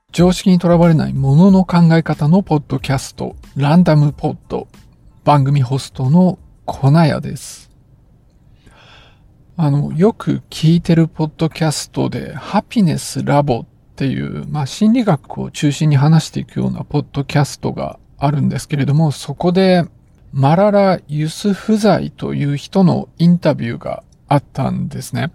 常識にとらわれないものの考え方のポッドキャスト、ランダムポッド、番組ホストのコナヤです。よく聞いてるポッドキャストで、ハピネスラボっていう、心理学を中心に話していくようなポッドキャストがあるんですけれども、そこで、マララ・ユスフザイという人のインタビューがあったんですね。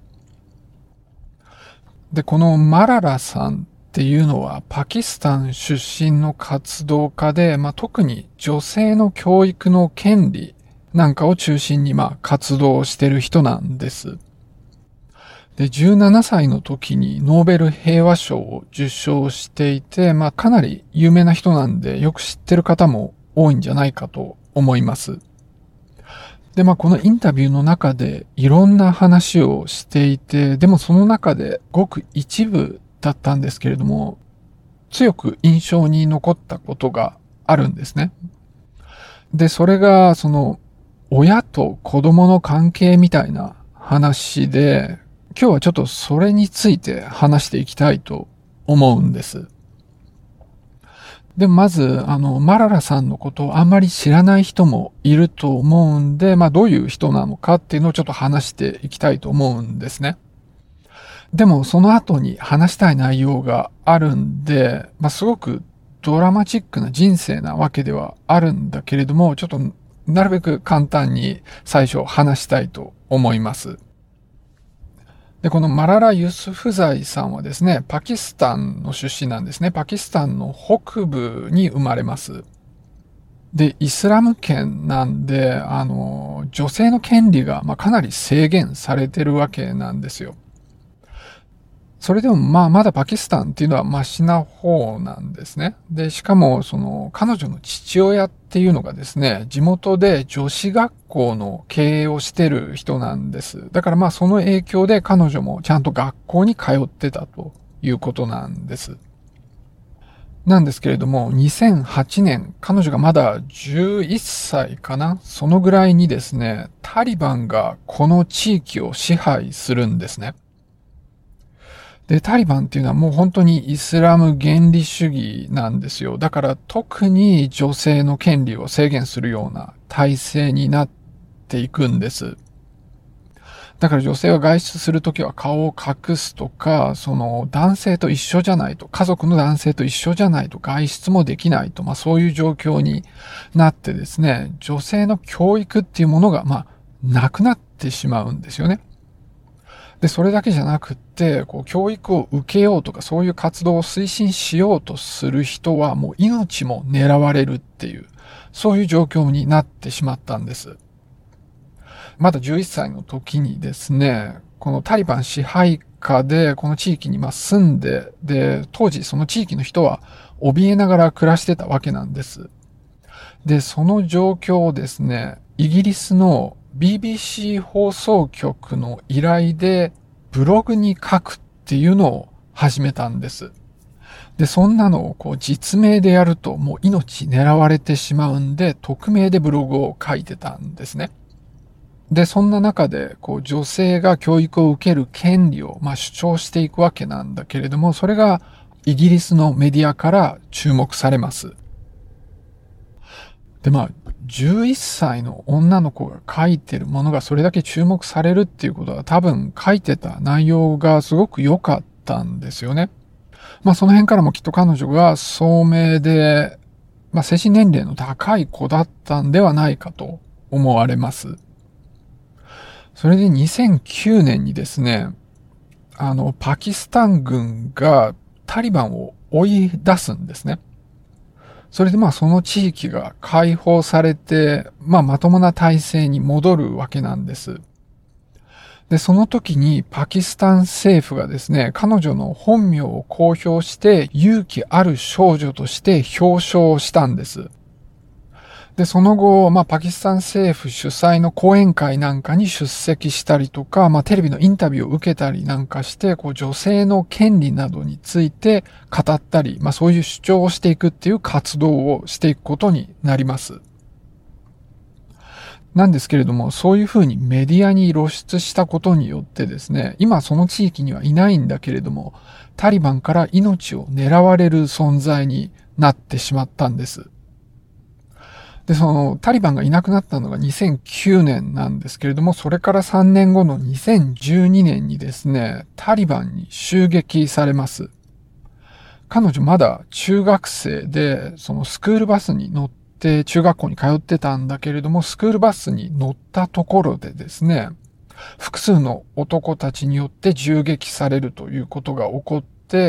で、このマララさんっていうのはパキスタン出身の活動家で、特に女性の教育の権利なんかを中心に活動してる人なんです。で、17歳の時にノーベル平和賞を受賞していて、かなり有名な人なんでよく知ってる方も多いんじゃないかと思います。で、このインタビューの中でいろんな話をしていて、でもその中でごく一部だったんですけれども、強く印象に残ったことがあるんですね。で、それが親と子供の関係みたいな話で、今日はちょっとそれについて話していきたいと思うんです。で、まず、マララさんのことをあんまり知らない人もいると思うんで、どういう人なのかっていうのをちょっと話していきたいと思うんですね。でも、その後に話したい内容があるんで、すごくドラマチックな人生なわけではあるんだけれども、ちょっとなるべく簡単に最初話したいと思います。で、このマララ・ユスフザイさんはですね、パキスタンの出身なんですね。パキスタンの北部に生まれます。で、イスラム圏なんで、女性の権利がかなり制限されてるわけなんですよ。それでもまだパキスタンっていうのはマシな方なんですね。で、しかも彼女の父親っていうのがですね、地元で女子学校の経営をしてる人なんです。だからその影響で彼女もちゃんと学校に通ってたということなんです。なんですけれども、2008年、彼女がまだ11歳かな、そのぐらいにですね、タリバンがこの地域を支配するんですね。で、タリバンっていうのはもう本当にイスラム原理主義なんですよ。だから特に女性の権利を制限するような体制になっていくんです。だから女性は外出するときは顔を隠すとか、男性と一緒じゃないと、家族の男性と一緒じゃないと外出もできないと、そういう状況になってですね、女性の教育っていうものがなくなってしまうんですよね。で、それだけじゃなくって、教育を受けようとか、そういう活動を推進しようとする人は、もう命も狙われるっていう、そういう状況になってしまったんです。まだ11歳の時にですね、このタリバン支配下で、この地域に住んで、で、当時その地域の人は怯えながら暮らしてたわけなんです。で、その状況をですね、イギリスのBBC 放送局の依頼でブログに書くっていうのを始めたんです。で、そんなのを実名でやるともう命狙われてしまうんで、匿名でブログを書いてたんですね。で、そんな中で女性が教育を受ける権利を主張していくわけなんだけれども、それがイギリスのメディアから注目されます。で、11歳の女の子が書いてるものがそれだけ注目されるっていうことは多分書いてた内容がすごく良かったんですよね。その辺からもきっと彼女が聡明で、精神年齢の高い子だったんではないかと思われます。それで2009年にですね、パキスタン軍がタリバンを追い出すんですね。それでその地域が解放されて、まともな体制に戻るわけなんです。で、その時にパキスタン政府がですね、彼女の本名を公表して勇気ある少女として表彰したんです。で、その後、パキスタン政府主催の講演会なんかに出席したりとか、テレビのインタビューを受けたりなんかして、女性の権利などについて語ったり、そういう主張をしていくっていう活動をしていくことになります。 なんですけれども、そういうふうにメディアに露出したことによってですね、今その地域にはいないんだけれども、タリバンから命を狙われる存在になってしまったんです。で、そのタリバンがいなくなったのが2009年なんですけれども、それから3年後の2012年にですね、タリバンに襲撃されます。彼女まだ中学生で、そのスクールバスに乗って中学校に通ってたんだけれども、スクールバスに乗ったところでですね、複数の男たちによって銃撃されるということが起こって、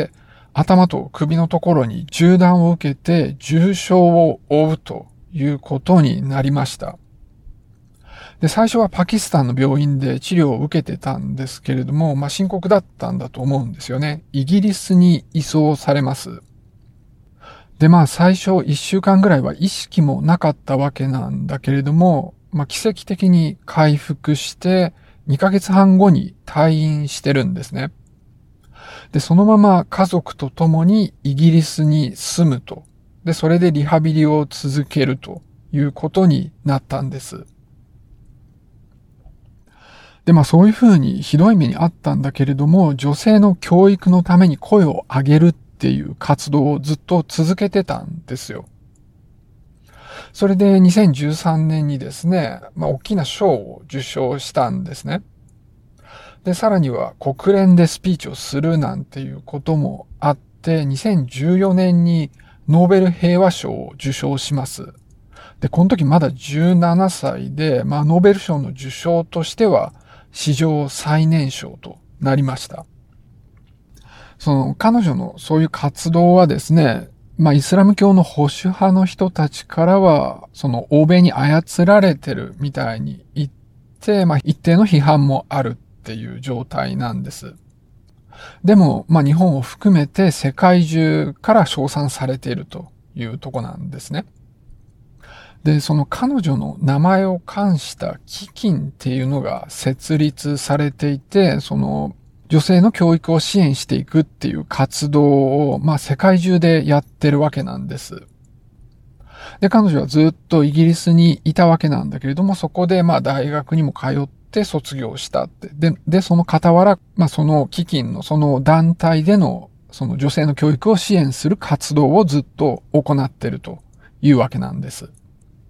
頭と首のところに銃弾を受けて重傷を負うということになりました。で、最初はパキスタンの病院で治療を受けてたんですけれども、深刻だったんだと思うんですよね。イギリスに移送されます。で、最初1週間ぐらいは意識もなかったわけなんだけれども、奇跡的に回復して2ヶ月半後に退院してるんですね。で、そのまま家族と共にイギリスに住むと。で、それでリハビリを続けるということになったんです。で、そういうふうにひどい目にあったんだけれども、女性の教育のために声を上げるっていう活動をずっと続けてたんですよ。それで2013年にですね、大きな賞を受賞したんですね。で、さらには国連でスピーチをするなんていうこともあって、2014年にノーベル平和賞を受賞します。で、この時まだ17歳で、ノーベル賞の受賞としては史上最年少となりました。その彼女のそういう活動はですね、イスラム教の保守派の人たちからは、その欧米に操られてるみたいに言って、一定の批判もあるっていう状態なんです。でも、日本を含めて世界中から称賛されているというとこなんですね。で、その彼女の名前を冠した基金っていうのが設立されていて、その女性の教育を支援していくっていう活動を、世界中でやってるわけなんです。で、彼女はずっとイギリスにいたわけなんだけれども、そこで大学にも通って卒業したって。で、その傍ら、その基金のその団体でのその女性の教育を支援する活動をずっと行ってるというわけなんです。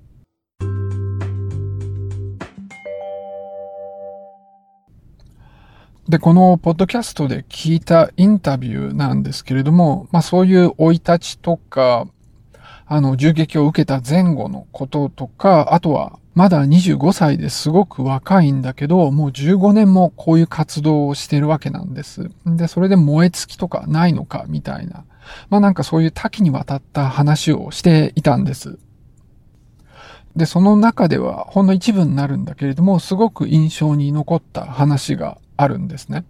で、このポッドキャストで聞いたインタビューなんですけれども、そういう生い立ちとか、銃撃を受けた前後のこととか、あとは、まだ25歳ですごく若いんだけど、もう15年もこういう活動をしているわけなんです。で、それで燃え尽きとかないのかみたいな。なんかそういう多岐にわたった話をしていたんです。で、その中ではほんの一部になるんだけれども、すごく印象に残った話があるんですね。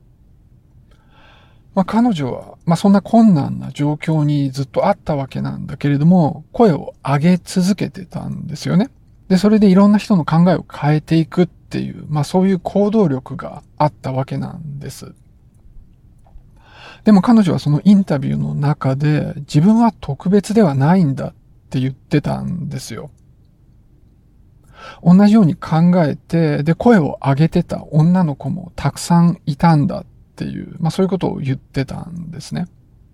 彼女は、そんな困難な状況にずっとあったわけなんだけれども、声を上げ続けてたんですよね。で、それでいろんな人の考えを変えていくっていう、そういう行動力があったわけなんです。でも彼女はそのインタビューの中で、自分は特別ではないんだって言ってたんですよ。同じように考えて、で、声を上げてた女の子もたくさんいたんだっていう、そういうことを言ってたんですね。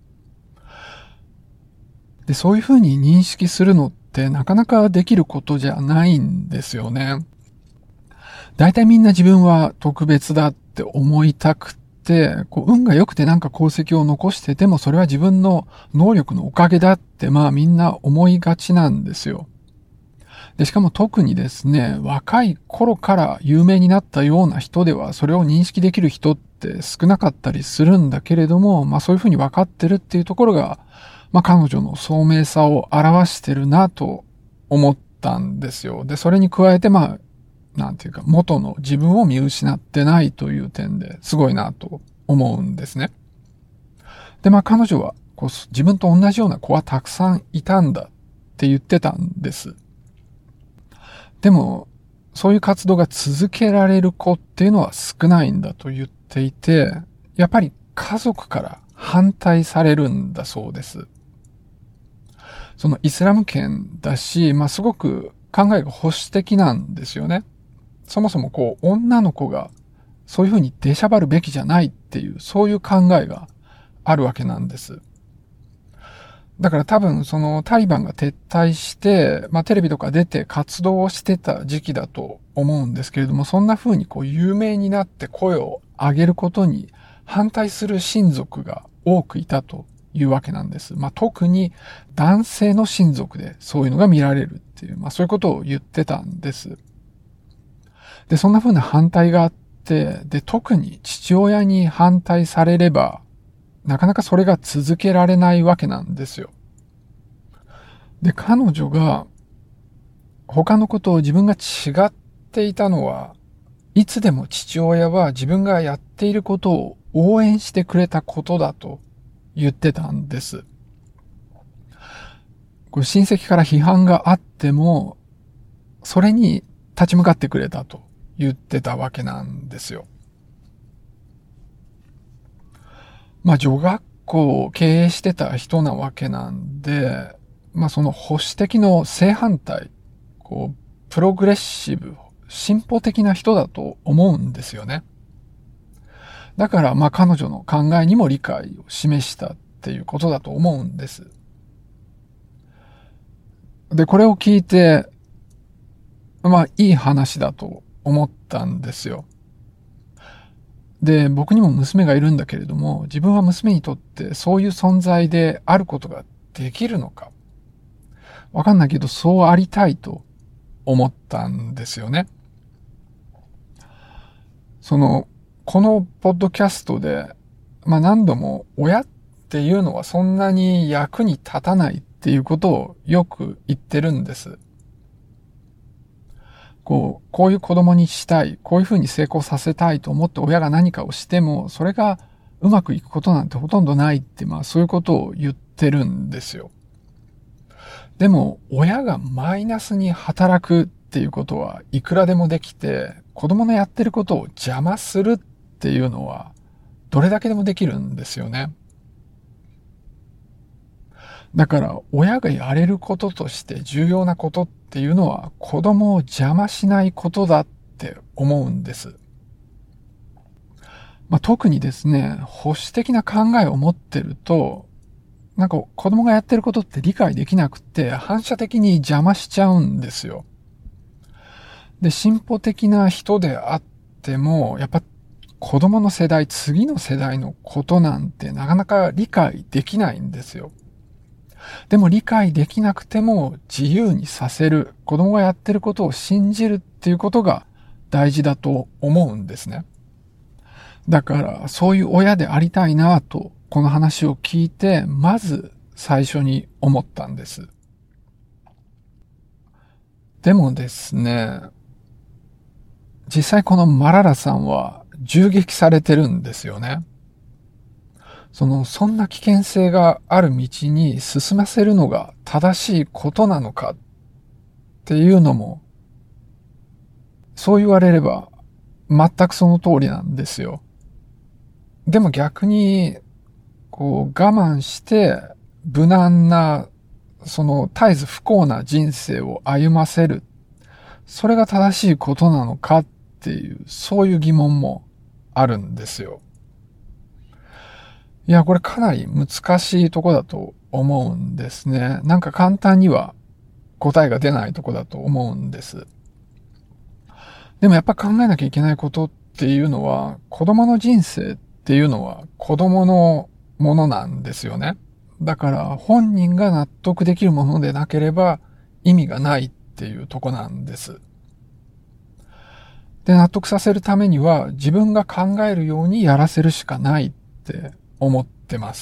で、そういうふうに認識するのってなかなかできることじゃないんですよね。大体みんな自分は特別だって思いたくて、運が良くてなんか功績を残しててもそれは自分の能力のおかげだってみんな思いがちなんですよ。で、しかも特にですね、若い頃から有名になったような人では、それを認識できる人って少なかったりするんだけれども、そういうふうに分かってるっていうところが、彼女の聡明さを表してるなと思ったんですよ。で、それに加えて、なんていうか、元の自分を見失ってないという点ですごいなと思うんですね。で、彼女は、自分と同じような子はたくさんいたんだって言ってたんです。でも、そういう活動が続けられる子っていうのは少ないんだと言っていて、やっぱり家族から反対されるんだそうです。そのイスラム圏だし、すごく考えが保守的なんですよね。 そもそも女の子がそういうふうに出しゃばるべきじゃないっていう、そういう考えがあるわけなんです。だから多分そのタリバンが撤退して、テレビとか出て活動をしてた時期だと思うんですけれども、そんな風に有名になって声を上げることに反対する親族が多くいたというわけなんです。特に男性の親族でそういうのが見られるっていう、そういうことを言ってたんです。で、そんな風な反対があって、で、特に父親に反対されれば、なかなかそれが続けられないわけなんですよ。で、彼女が他のことを自分が違っていたのは、いつでも父親は自分がやっていることを応援してくれたことだと言ってたんです。これ親戚から批判があっても、それに立ち向かってくれたと言ってたわけなんですよ。女学校を経営してた人なわけなんで、その保守的の正反対、プログレッシブ、進歩的な人だと思うんですよね。だから彼女の考えにも理解を示したっていうことだと思うんです。で、これを聞いて、いい話だと思ったんですよ。で、僕にも娘がいるんだけれども、自分は娘にとってそういう存在であることができるのか。わかんないけど、そうありたいと思ったんですよね。このポッドキャストで、何度も親っていうのはそんなに役に立たないっていうことをよく言ってるんです。こういう子供にしたい、こういうふうに成功させたいと思って親が何かをしても、それがうまくいくことなんてほとんどないって、そういうことを言ってるんですよ。でも、親がマイナスに働くっていうことはいくらでもできて、子供のやってることを邪魔するっていうのは、どれだけでもできるんですよね。だから、親がやれることとして重要なことっていうのは、子供を邪魔しないことだって思うんです。特にですね、保守的な考えを持ってると、子供がやってることって理解できなくて、反射的に邪魔しちゃうんですよ。で、進歩的な人であっても、やっぱ子供の世代、次の世代のことなんてなかなか理解できないんですよ。でも理解できなくても自由にさせる、子供がやってることを信じるっていうことが大事だと思うんですね。だからそういう親でありたいなと、この話を聞いて、まず最初に思ったんです。でもですね、実際このマララさんは銃撃されてるんですよね。そんな危険性がある道に進ませるのが正しいことなのかっていうのも、そう言われれば全くその通りなんですよ。でも逆に、我慢して無難な、絶えず不幸な人生を歩ませる。それが正しいことなのかっていう、そういう疑問もあるんですよ。いや、これかなり難しいとこだと思うんですね。簡単には答えが出ないとこだと思うんです。でもやっぱ考えなきゃいけないことっていうのは、子供の人生っていうのは子供のものなんですよね。だから本人が納得できるものでなければ意味がないっていうとこなんです。で、納得させるためには自分が考えるようにやらせるしかないって思ってます。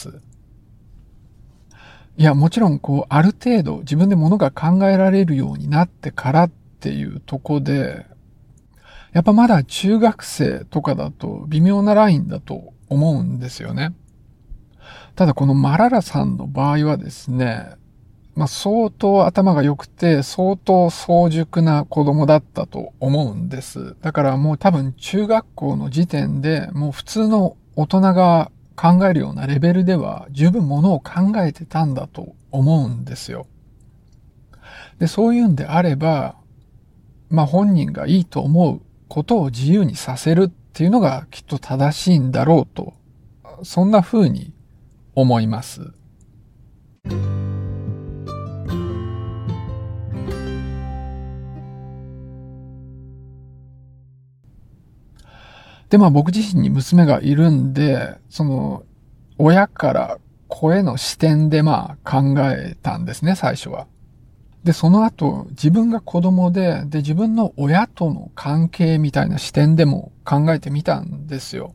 いや、もちろんある程度自分で物が考えられるようになってからっていうとこで、やっぱまだ中学生とかだと微妙なラインだと思うんですよね。ただこのマララさんの場合はですね、相当頭が良くて、相当早熟な子供だったと思うんです。だからもう多分中学校の時点でもう普通の大人が考えるようなレベルでは十分ものを考えてたんだと思うんですよ。で、そういうんであれば、本人がいいと思うことを自由にさせるっていうのがきっと正しいんだろうと、そんな風に思います。で、僕自身に娘がいるんで、親から子への視点で考えたんですね、最初は。で、その後、自分が子供で、自分の親との関係みたいな視点でも考えてみたんですよ。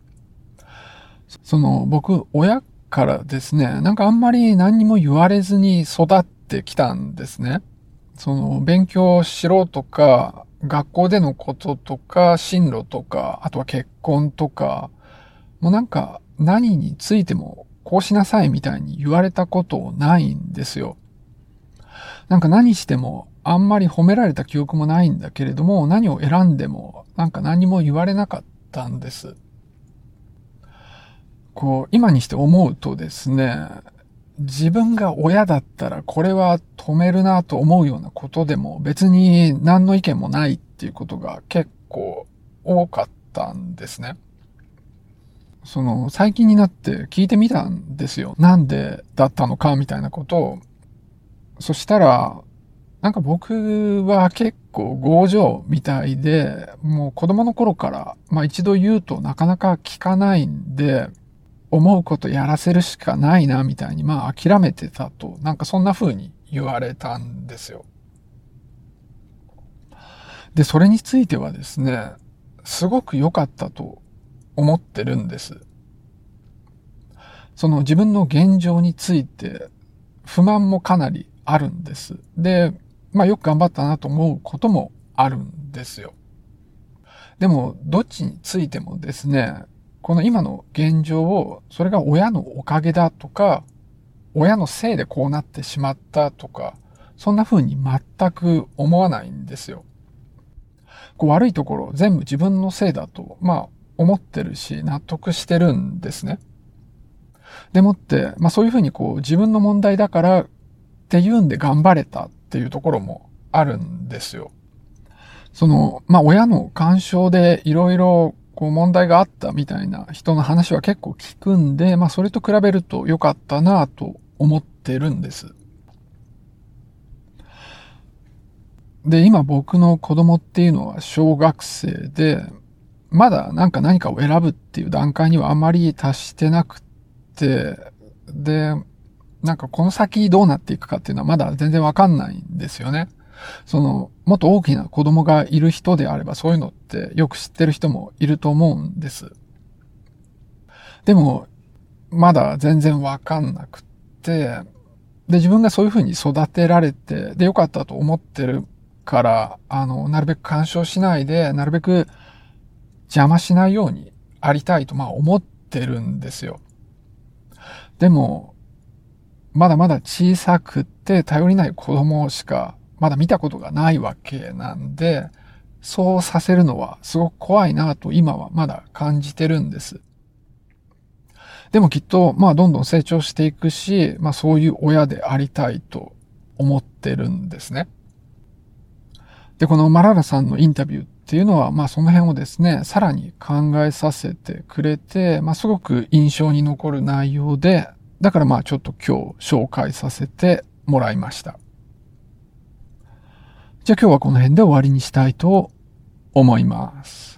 僕、親からですね、あんまり何にも言われずに育ってきたんですね。勉強しろとか、学校でのこととか、進路とか、あとは結婚とか、もう何についてもこうしなさいみたいに言われたことないんですよ。何してもあんまり褒められた記憶もないんだけれども、何を選んでも何も言われなかったんです。今にして思うとですね、自分が親だったらこれは止めるなと思うようなことでも別に何の意見もないっていうことが結構多かったんですね。最近になって聞いてみたんですよ。なんでだったのかみたいなことを。そしたら、僕は結構強情みたいで、もう子供の頃から、一度言うとなかなか聞かないんで、思うことやらせるしかないなみたいに諦めてたと、そんな風に言われたんですよ。で、それについてはですね、すごく良かったと思ってるんです。自分の現状について不満もかなりあるんです。で、よく頑張ったなと思うこともあるんですよ。でも、どっちについてもですね、この今の現状を、それが親のおかげだとか、親のせいでこうなってしまったとか、そんな風に全く思わないんですよ。悪いところ全部自分のせいだと、思ってるし、納得してるんですね。でもって、そういう風に自分の問題だからっていうんで頑張れたっていうところもあるんですよ。親の干渉でいろいろ問題があったみたいな人の話は結構聞くんで、それと比べると良かったなぁと思ってるんです。で、今僕の子供っていうのは小学生で、まだ何かを選ぶっていう段階にはあまり達してなくて、で、この先どうなっていくかっていうのはまだ全然わかんないんですよね。もっと大きな子供がいる人であればそういうのってよく知ってる人もいると思うんです。でも、まだ全然わかんなくって、で、自分がそういうふうに育てられて、で、よかったと思ってるから、なるべく干渉しないで、なるべく邪魔しないようにありたいと、思ってるんですよ。でも、まだまだ小さくて頼りない子供しかまだ見たことがないわけなんで、そうさせるのはすごく怖いなと今はまだ感じてるんです。でもきっと、どんどん成長していくし、そういう親でありたいと思ってるんですね。で、このマララさんのインタビューっていうのは、その辺をですね、さらに考えさせてくれて、すごく印象に残る内容で、だからちょっと今日紹介させてもらいました。じゃあ今日はこの辺で終わりにしたいと思います。